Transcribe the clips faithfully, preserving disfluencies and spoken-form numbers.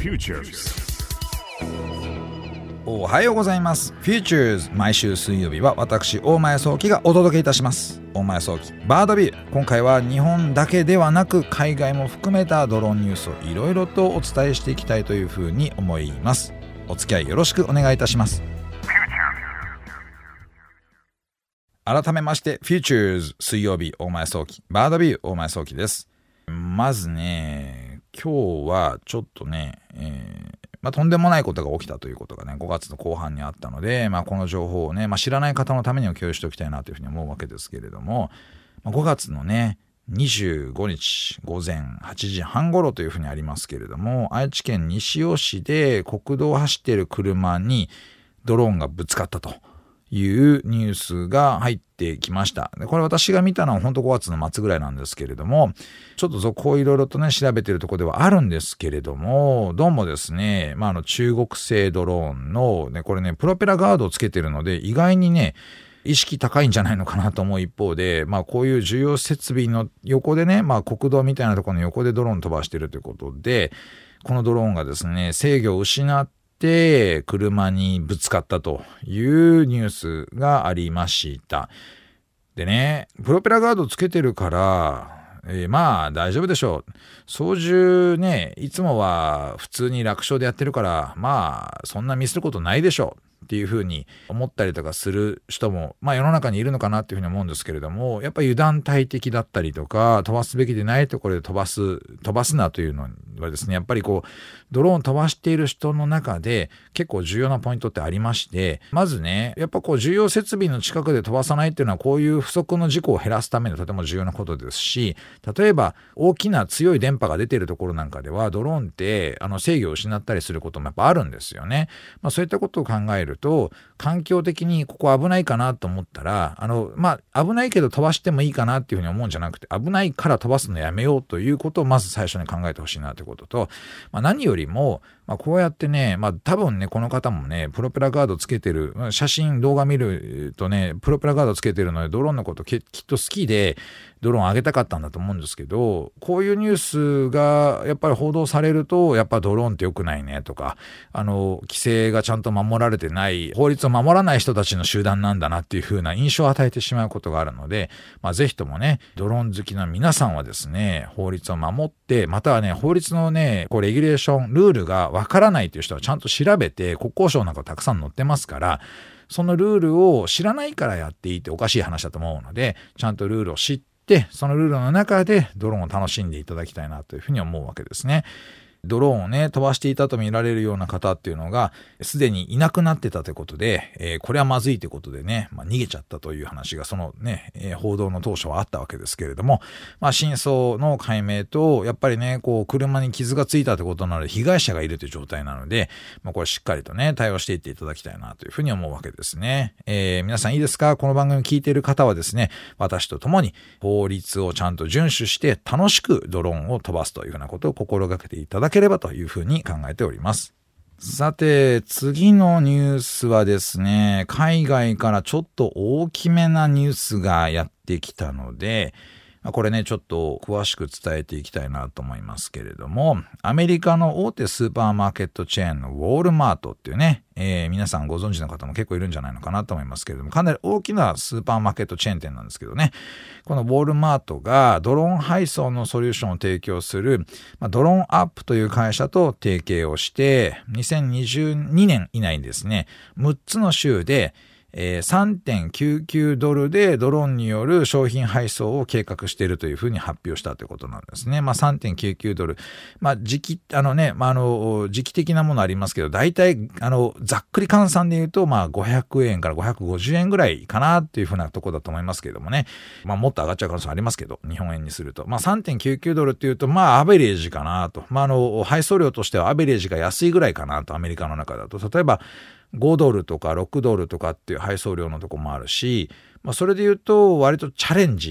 Futures。 おはようございます。フューチューズ、毎週水曜日は私大前早期がお届けいたします。大前早期バードビュー。今回は日本だけではなく海外も含めたドローンニュースをいろいろとお伝えしていきたいというふうに思います。お付き合いよろしくお願いいたします。改めましてフューチューズ水曜日大前早期バードビュー大前早期です。まずね、今日はちょっとね、えーまあ、とんでもないことが起きたということがねごがつの後半にあったので、まあ、この情報をね、まあ、知らない方のためにも共有しておきたいなというふうに思うわけですけれども、まあ、ごがつのねにじゅうごにち午前はちじはん頃というふうにありますけれども、愛知県西尾市で国道を走っている車にドローンがぶつかったというニュースが入ってきました。でこれ私が見たのは本当ごがつの末ぐらいなんですけれども、ちょっと続報をいろいろとね調べているところではあるんですけれども、どうもですね、まあ、あの中国製ドローンの、ね、これねプロペラガードをつけてるので意外にね意識高いんじゃないのかなと思う一方で、まあこういう重要設備の横でね、まあ国道みたいなところの横でドローン飛ばしてるということで、このドローンがですね制御を失って車にぶつかったというニュースがありました。でね、プロペラガードつけてるから、えー、まあ大丈夫でしょう。操縦ね、いつもは普通に楽勝でやってるから、まあそんなミスることないでしょうっていうふうに思ったりとかする人も、まあ世の中にいるのかなっていうふうに思うんですけれども、やっぱり油断大敵だったりとか、飛ばすべきでないところで飛ばす、飛ばすなというのはですね、やっぱりこう、ドローン飛ばしている人の中で結構重要なポイントってありまして、まずね、やっぱこう重要設備の近くで飛ばさないっていうのはこういう不測の事故を減らすためのとても重要なことですし、例えば大きな強い電波が出ているところなんかではドローンってあの制御を失ったりすることもやっぱあるんですよね。まあそういったことを考えると、環境的にここ危ないかなと思ったら、あの、まあ危ないけど飛ばしてもいいかなっていうふうに思うんじゃなくて、危ないから飛ばすのやめようということをまず最初に考えてほしいなということと、まあ、何よりも、まあ、こうやってね、まあ多分ね、この方もね、プロペラガードつけてる、写真、動画見るとね、プロペラガードつけてるので、ドローンのこときっと好きで、ドローン上げたかったんだと思うんですけど、こういうニュースがやっぱり報道されると、やっぱドローンって良くないねとか、あの、規制がちゃんと守られてない、法律を守らない人たちの集団なんだなっていう風な印象を与えてしまうことがあるので、まあぜひともね、ドローン好きの皆さんはですね、法律を守って、またはね、法律のね、こうレギュレーション、ルールがわからないという人はちゃんと調べて、国交省なんかたくさん載ってますから、そのルールを知らないからやっていいっておかしい話だと思うので、ちゃんとルールを知って、そのルールの中でドローンを楽しんでいただきたいなというふうに思うわけですね。ドローンをね飛ばしていたと見られるような方っていうのがすでにいなくなってたということで、えー、これはまずいということでね、まあ、逃げちゃったという話がそのね、えー、報道の当初はあったわけですけれども、まあ、真相の解明とやっぱりねこう車に傷がついたということなので被害者がいるという状態なので、まあ、これしっかりとね対応していっていただきたいなというふうに思うわけですね。えー、皆さんいいですか？この番組を聞いている方はですね、私と共に法律をちゃんと遵守して楽しくドローンを飛ばすというふうなことを心がけていただければというふうに考えております。さて次のニュースはですね、海外からちょっと大きめなニュースがやってきたので、これねちょっと詳しく伝えていきたいなと思いますけれども、アメリカの大手スーパーマーケットチェーンのウォールマートっていうね、えー、皆さんご存知の方も結構いるんじゃないのかなと思いますけれども、かなり大きなスーパーマーケットチェーン店なんですけどね、このウォールマートがドローン配送のソリューションを提供する、まあ、ドローンアップという会社と提携をしてにせんにじゅうにねん以内にですねむっつの州でえー、さんてんきゅうきゅうドルでドローンによる商品配送を計画しているというふうに発表したということなんですね。まあ さんてんきゅうきゅうドル。まあ時期、あのね、まああの、時期的なものありますけど、大体、あの、ざっくり換算で言うと、まあごひゃくえんからごひゃくごじゅうえんぐらいかなっていうふうなところだと思いますけれどもね。まあもっと上がっちゃう可能性ありますけど、日本円にすると。まあ さんてんきゅうきゅうドルっていうと、まあアベレージかなと。まああの、配送料としてはアベレージが安いぐらいかなと、アメリカの中だと。例えば、ごドルとかろくドルとかっていう配送料のとこもあるし、まあ、それで言うと割とチャレンジ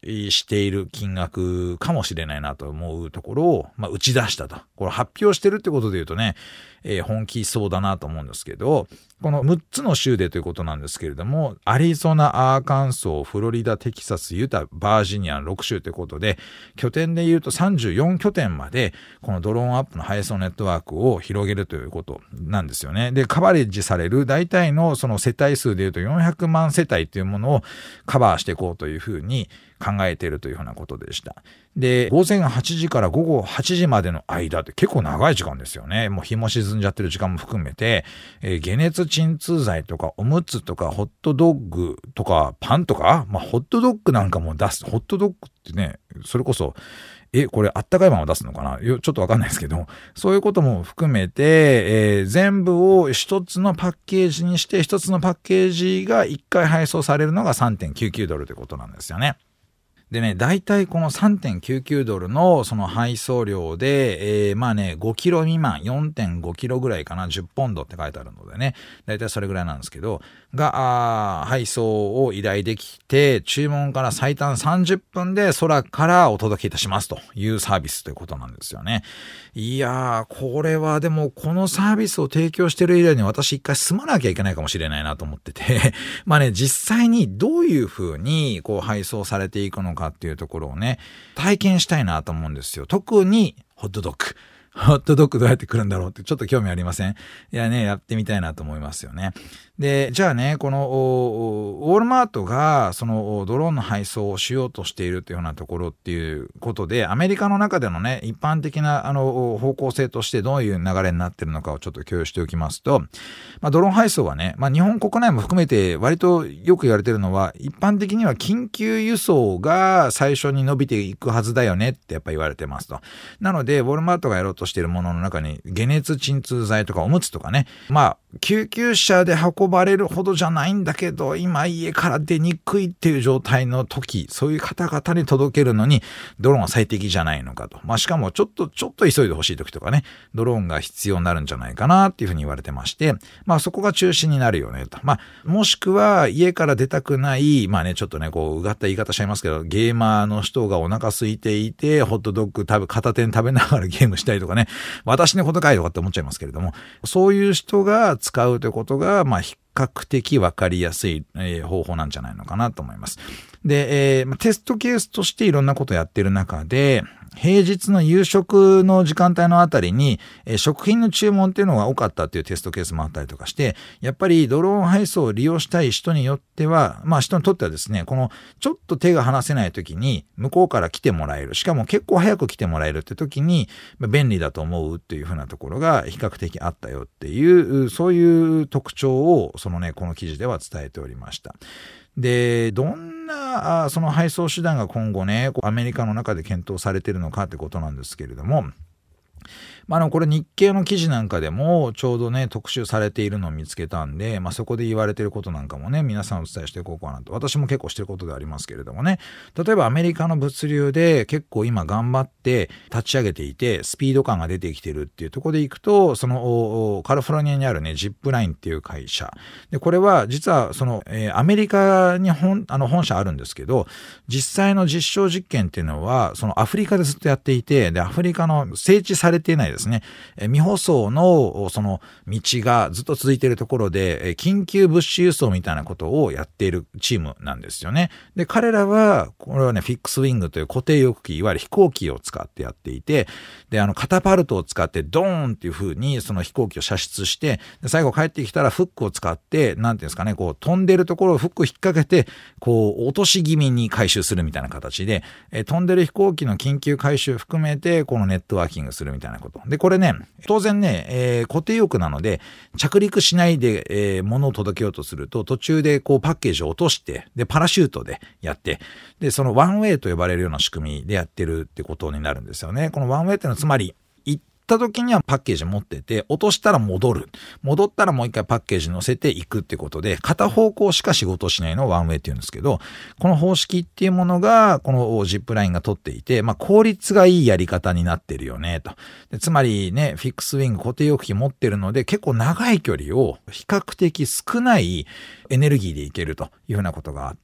している金額かもしれないなと思うところを、まあ、打ち出したと。これ発表してるってことで言うとね、えー、本気そうだなと思うんですけど、このむっつの州でということなんですけれども、アリゾナ、アーカンソー、フロリダ、テキサス、ユタ、バージニアのろく州ということで、拠点で言うとさんじゅうよん拠点まで、このドローンアップの配送ネットワークを広げるということなんですよね。で、カバレッジされる大体のその世帯数で言うとよんひゃくまん世帯というものをカバーしていこうというふうに考えているというふうなことでした。で、午前はちじから午後はちじまでの間って結構長い時間ですよね。もう日も沈んじゃってる時間も含めて、えー、解熱鎮痛剤とかおむつとかホットドッグとかパンとか、まあホットドッグなんかも出す。ホットドッグってね、それこそ、え、これあったかいまま出すのかな？ちょっとわかんないですけど、そういうことも含めて、えー、全部を一つのパッケージにして、一つのパッケージが一回配送されるのが さんてんきゅうきゅう ドルということなんですよね。でね、大体この さんてんきゅうきゅう ドルのその配送量で、えー、まあね、ごキロ未満、よんてんごキロぐらいかな、じゅっポンドって書いてあるのでね、大体それぐらいなんですけど、が、あ配送を依頼できて、注文から最短さんじゅっぷんで空からお届けいたしますというサービスということなんですよね。いやー、これはでもこのサービスを提供してるエリアに私一回住まなきゃいけないかもしれないなと思ってて、まあね、実際にどういう風にこう配送されていくのかっていうところをね、体験したいなと思うんですよ。特にホットドッグ。ホットドッグどうやって来るんだろうってちょっと興味ありません？いやね、やってみたいなと思いますよね。で、じゃあね、このウォールマートがそのドローンの配送をしようとしているというようなところっていうことで、アメリカの中でのね、一般的なあの方向性としてどういう流れになってるのかをちょっと共有しておきますと、まあ、ドローン配送はね、まあ、日本国内も含めて割とよく言われてるのは、一般的には緊急輸送が最初に伸びていくはずだよねってやっぱ言われてますと。なので、ウォールマートがやろうとしているものの中に解熱鎮痛剤とかおむつとかね、まあ救急車で運ばれるほどじゃないんだけど今家から出にくいっていう状態の時、そういう方々に届けるのにドローンは最適じゃないのかと。まあしかもちょっとちょっと急いでほしい時とかね、ドローンが必要になるんじゃないかなっていうふうに言われてまして、まあそこが中心になるよねと。まあもしくは家から出たくない、まあねちょっとねこううがった言い方しちゃいますけど、ゲーマーの人がお腹空いていてホットドッグ食べ片手に食べながらゲームしたりとかね、私のことかいとかって思っちゃいますけれども、そういう人が使うということが、まあ、比較的わかりやすい、えー、方法なんじゃないのかなと思います。で、えー、テストケースとしていろんなことをやってる中で、平日の夕食の時間帯のあたりに、えー、食品の注文っていうのが多かったっていうテストケースもあったりとかして、やっぱりドローン配送を利用したい人によっては、まあ人にとってはですね、このちょっと手が離せない時に向こうから来てもらえる、しかも結構早く来てもらえるって時に便利だと思うっていうふうなところが比較的あったよっていう、そういう特徴をそのね、この記事では伝えておりました。で、どんなその配送手段が今後ね、アメリカの中で検討されているのかってことなんですけれども、まあ、あのこれ日経の記事なんかでもちょうどね特集されているのを見つけたんで、まあ、そこで言われていることなんかもね皆さんお伝えしていこうかなと。私も結構してることでありますけれどもね、例えばアメリカの物流で結構今頑張って立ち上げていてスピード感が出てきてるっていうところでいくと、そのカリフォルニアにあるねジップラインっていう会社で、これは実はその、えー、アメリカに本あの本社あるんですけど、実際の実証実験っていうのはそのアフリカでずっとやっていて、でアフリカの整地されていないですね、未舗装のその道がずっと続いているところで緊急物資輸送みたいなことをやっているチームなんですよね。で彼らはこれはねフィックスウィングという固定翼機、いわゆる飛行機を使ってやっていて、であのカタパルトを使ってドーンっていう風にその飛行機を射出して、で最後帰ってきたらフックを使ってなんていうんですかね、こう飛んでるところをフック引っ掛けてこう落とし気味に回収するみたいな形で、え飛んでる飛行機の緊急回収含めてこのネットワーキングするみたいなことで、これね当然ね、えー、固定翼なので着陸しないで、えー、物を届けようとすると途中でこうパッケージを落として、でパラシュートでやって、でそのワンウェイと呼ばれるような仕組みでやってるってことになるんですよね。このワンウェイってのはつまり一った時にはパッケージ持ってて、落としたら戻る。戻ったらもう一回パッケージ乗せていくってことで、片方向しか仕事しないのをワンウェイって言うんですけど、この方式っていうものが、このジップラインが取っていて、まあ効率がいいやり方になってるよね、と。でつまりね、フィックスウィング固定翼機持ってるので、結構長い距離を比較的少ないエネルギーでいけるというふうなことがあって、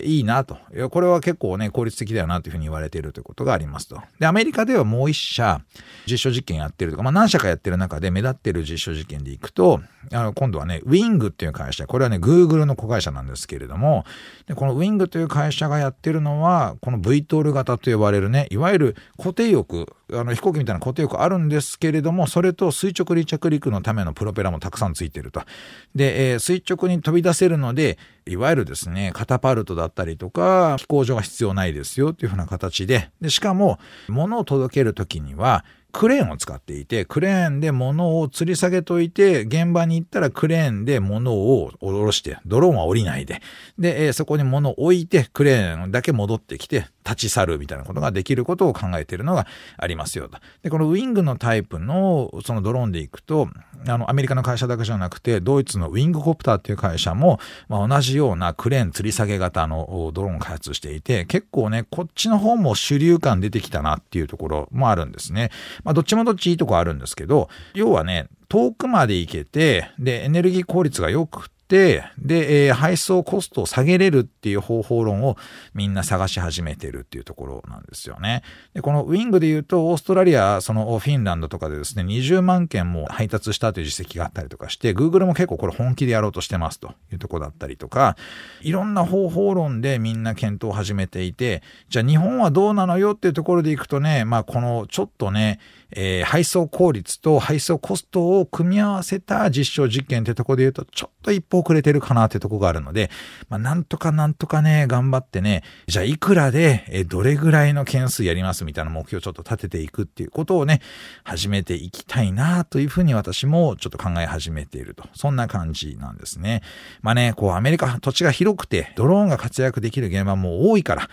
いいなと。いやこれは結構ね、効率的だよなというふうに言われているということがありますと。で、アメリカではもう一社、実証実験やってるとか、まあ何社かやってる中で目立ってる実証実験でいくと、あの今度はね、ウィングっていう会社、これはね、Google の子会社なんですけれども、でこのウィングという会社がやってるのは、この ブイトール 型と呼ばれるね、いわゆる固定翼、あの飛行機みたいな固定翼あるんですけれども、それと垂直離着陸のためのプロペラもたくさんついてると。で、えー、垂直に飛び出せるので、いわゆるですね、カタパルトだったりとか、飛行場が必要ないですよっていうふうな形で、で、しかも、物を届けるときには、クレーンを使っていて、クレーンで物を吊り下げといて、現場に行ったらクレーンで物を下ろして、ドローンは降りないで、で、えー、そこに物を置いて、クレーンだけ戻ってきて、立ち去るみたいなことができることを考えているのがありますよと。で、このウィングのタイプのそのドローンで行くと、あの、アメリカの会社だけじゃなくて、ドイツのウィングコプターっていう会社も、まあ、同じようなクレーン吊り下げ型のドローンを開発していて、結構ね、こっちの方も主流感出てきたなっていうところもあるんですね。まあ、どっちもどっちいいとこあるんですけど、要はね、遠くまで行けて、で、エネルギー効率が良くて、で、えー、配送コストを下げれるっていう方法論をみんな探し始めてるっていうところなんですよね。で、このウィングで言うと、オーストラリア、そのフィンランドとかでですね、にじゅうまんけんも配達したという実績があったりとかして、Google も結構これ本気でやろうとしてますというところだったりとか、いろんな方法論でみんな検討を始めていて、じゃあ日本はどうなのよっていうところでいくとね、まあこのちょっとね、えー、配送効率と配送コストを組み合わせた実証実験ってところで言うと、ちょっと一歩遅れてるかなってとこがあるので、まあなんとかなんとかね、頑張ってね、じゃあいくらで、えー、どれぐらいの件数やりますみたいな目標をちょっと立てていくっていうことをね、始めていきたいなというふうに私もちょっと考え始めていると。そんな感じなんですね。まあね、こうアメリカ土地が広くて、ドローンが活躍できる現場も多いから、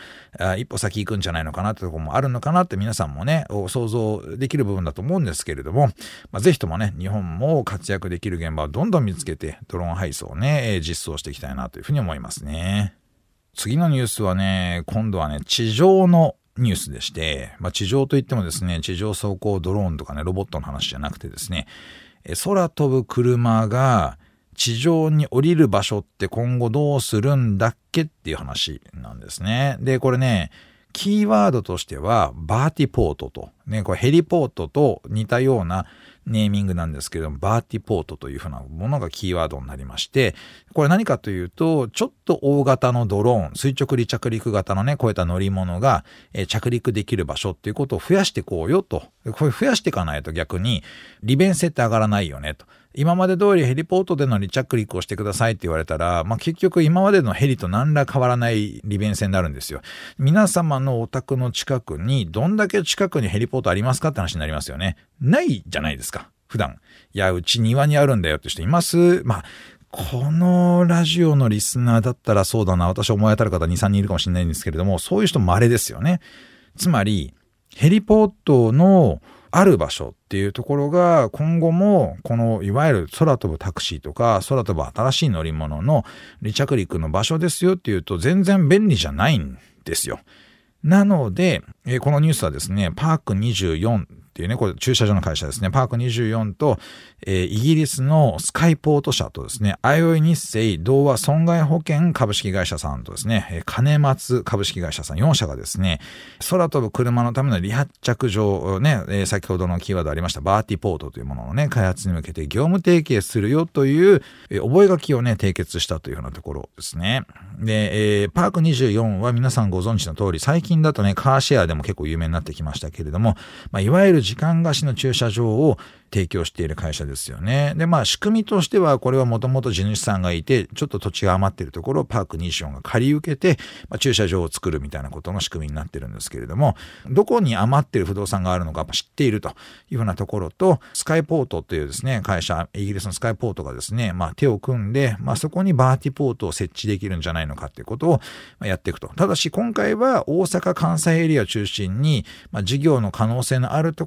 あ一歩先行くんじゃないのかなってところもあるのかなって皆さんもね、想像できる部分だと思うんですけれども、まあ、ぜひともね、日本も活躍できる現場をどんどん見つけて、ドローン配送をね、えー、実装していきたいなというふうに思いますね。次のニュースはね、今度はね、地上のニュースでして、まあ、地上といってもですね、地上走行ドローンとかね、ロボットの話じゃなくてですね、えー、空飛ぶ車が地上に降りる場所って今後どうするんだっけっていう話なんですね。で、これね、キーワードとしては、バーティポートと、ね、これヘリポートと似たようなネーミングなんですけども、バーティポートというふうなものがキーワードになりまして、これ何かというと、ちょっと大型のドローン、垂直離着陸型のね、こういった乗り物が、えー、着陸できる場所っていうことを増やしていこうよと。これ増やしていかないと逆に利便性って上がらないよねと。今まで通りヘリポートでの離着陸をしてくださいって言われたら、まあ、結局今までのヘリと何ら変わらない利便性になるんですよ。皆様のお宅の近くにどんだけ近くにヘリポートありますかって話になりますよね。ないじゃないですか。普段。いや、うち庭にあるんだよって人います？まあ、このラジオのリスナーだったらそうだな。私思い当たる方に、さんにんいるかもしれないんですけれども、そういう人稀ですよね。つまり、ヘリポートのある場所っていうところが今後もこのいわゆる空飛ぶタクシーとか空飛ぶ新しい乗り物の離着陸の場所ですよっていうと全然便利じゃないんですよ。なので、えー、このニュースはですね、パークにじゅうよんっていうね、これ駐車場の会社ですね。パークにじゅうよんと、えー、イギリスのスカイポート社とですね、あいおい日生同和損害保険株式会社さんとですね、えー、金松株式会社さんよん社がですね、空飛ぶ車のための離発着場ね、えー、先ほどのキーワードありましたバーティポートというもののね、開発に向けて業務提携するよという、えー、覚書をね、締結したというようなところですね。で、えー、パークにじゅうよんは皆さんご存知の通り、最近だとね、カーシェアでも結構有名になってきましたけれども、まあ、いわゆる時間貸しの駐車場を提供している会社ですよね。で、まあ仕組みとしてはこれはもともと地主さんがいて、ちょっと土地が余っているところをパークにじゅうよんが借り受けて、まあ、駐車場を作るみたいなことの仕組みになってるんですけれども、どこに余っている不動産があるのか知っているというふうなところと、スカイポートというですね、会社、イギリスのスカイポートがですね、まあ手を組んで、まあそこにバーティポートを設置できるんじゃないのかっていうことをやっていくと。ただし今回は大阪・関西エリアを中心に、まあ、事業の可能性のあるところ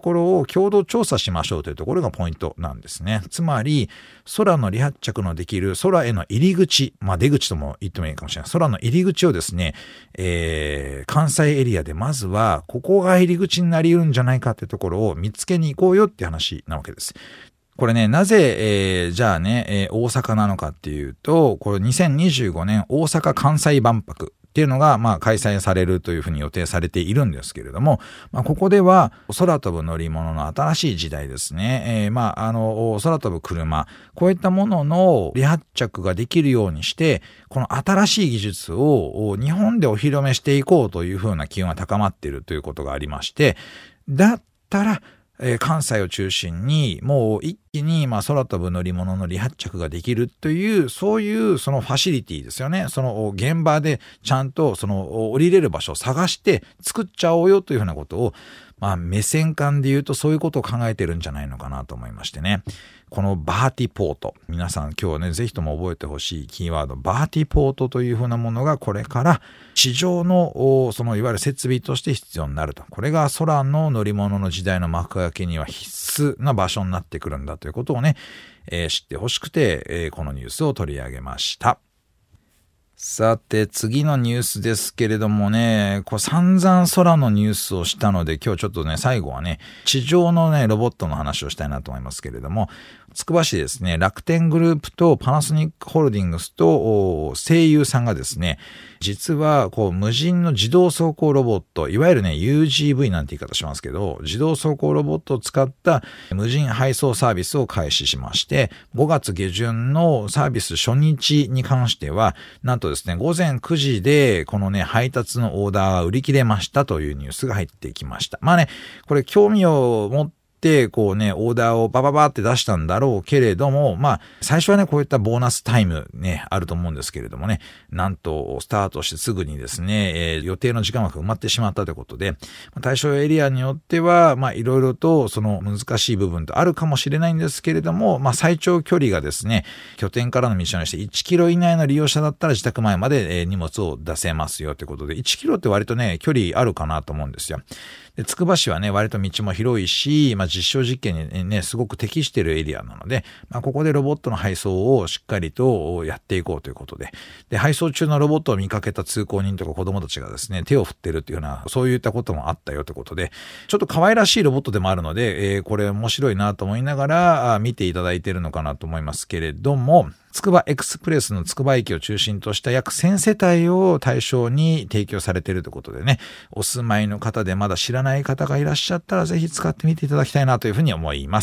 ころを共同調査しましょうというところがポイントなんですね。つまり、空の離発着のできる空への入り口、まあ出口とも言ってもいいかもしれない。空の入り口をですね、えー、関西エリアでまずは、ここが入り口になり得るんじゃないかというところを見つけに行こうよって話なわけです。これね、なぜ、えー、じゃあね、えー、大阪なのかっていうと、これにせんにじゅうごねん大阪・関西万博っていうのが、まあ、開催されるというふうに予定されているんですけれども、まあ、ここでは空飛ぶ乗り物の新しい時代ですね。えー、まあ、あの、空飛ぶ車、こういったものの離発着ができるようにして、この新しい技術を日本でお披露目していこうというふうな機運が高まっているということがありまして、だったら、えー、関西を中心にもう一気にまあ空飛ぶ乗り物の離発着ができるというそういうそのファシリティですよね。その現場でちゃんとその降りれる場所を探して作っちゃおうよというふうなことをまあ目線感で言うとそういうことを考えてるんじゃないのかなと思いましてね。このバーティポート、皆さん今日ねぜひとも覚えてほしいキーワードバーティポートというふうなものがこれから地上のそのいわゆる設備として必要になると。これが空の乗り物の時代の幕開けには必須な場所になってくるんだということをね、えー、知ってほしくて、えー、このニュースを取り上げました。さて次のニュースですけれどもね、こう散々空のニュースをしたので今日ちょっとね最後はね地上のねロボットの話をしたいなと思いますけれども、つくば市ですね、楽天グループとパナソニックホールディングスと西友さんがですね、実はこう無人の自動走行ロボット、いわゆるね ユージーブイ なんて言い方しますけど、自動走行ロボットを使った無人配送サービスを開始しまして、ごがつ下旬のサービス初日に関してはなんとですねごぜんくじでこのね配達のオーダーが売り切れましたというニュースが入ってきました。まあね、これ興味を持ってで、こうね、オーダーをバババって出したんだろうけれども、まあ、最初はね、こういったボーナスタイムね、あると思うんですけれどもね、なんと、スタートしてすぐにですね、えー、予定の時間枠埋まってしまったということで、対象エリアによっては、まあ、いろいろと、その難しい部分とあるかもしれないんですけれども、まあ、最長距離がですね、拠点からの道のりしていちキロ以内の利用者だったら自宅前まで、えー、荷物を出せますよということで、いちキロって割とね、距離あるかなと思うんですよ。で、つくば市はね、割と道も広いし、まあ、実証実験にね、すごく適しているエリアなので、まあ、ここでロボットの配送をしっかりとやっていこうということで、で、配送中のロボットを見かけた通行人とか子供たちがですね、手を振ってるっていうような、そういったこともあったよということで、ちょっと可愛らしいロボットでもあるので、えー、これ面白いなと思いながら見ていただいているのかなと思いますけれども、つくばエクスプレスのつくば駅を中心とした約せんせたいを対象に提供されているということでね、お住まいの方でまだ知らない方がいらっしゃったらぜひ使ってみていただきたいなというふうに思います。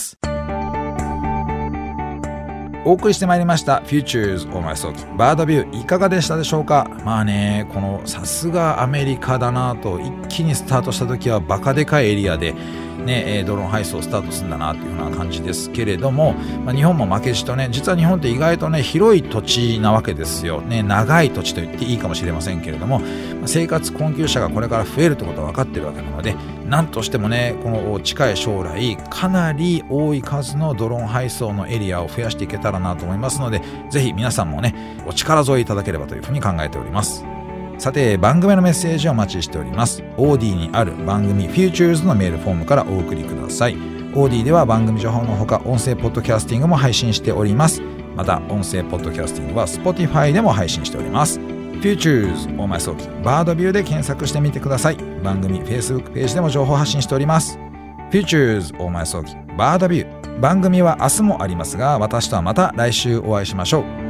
お送りしてまいりました Futures 大前早期バードビューいかがでしたでしょうか。まあね、このさすがアメリカだなと、一気にスタートした時はバカでかいエリアでね、ドローン配送スタートするんだなというような感じですけれども、まあ、日本も負けじとね、実は日本って意外とね広い土地なわけですよね。長い土地と言っていいかもしれませんけれども、生活困窮者がこれから増えるってことは分かってるわけなので、なんとしてもねこの近い将来かなり多い数のドローン配送のエリアを増やしていけたらなと思いますので、ぜひ皆さんもねお力添えいただければというふうに考えております。さて、番組のメッセージをお待ちしております。オーディにある番組 Futures のメールフォームからお送りください。オーディでは番組情報のほか音声ポッドキャスティングも配信しております。また音声ポッドキャスティングは Spotify でも配信しております。Futures 大前早期バードビューで検索してみてください。番組 Facebook ページでも情報発信しております。Futures 大前早期バードビュー、番組は明日もありますが、私とはまた来週お会いしましょう。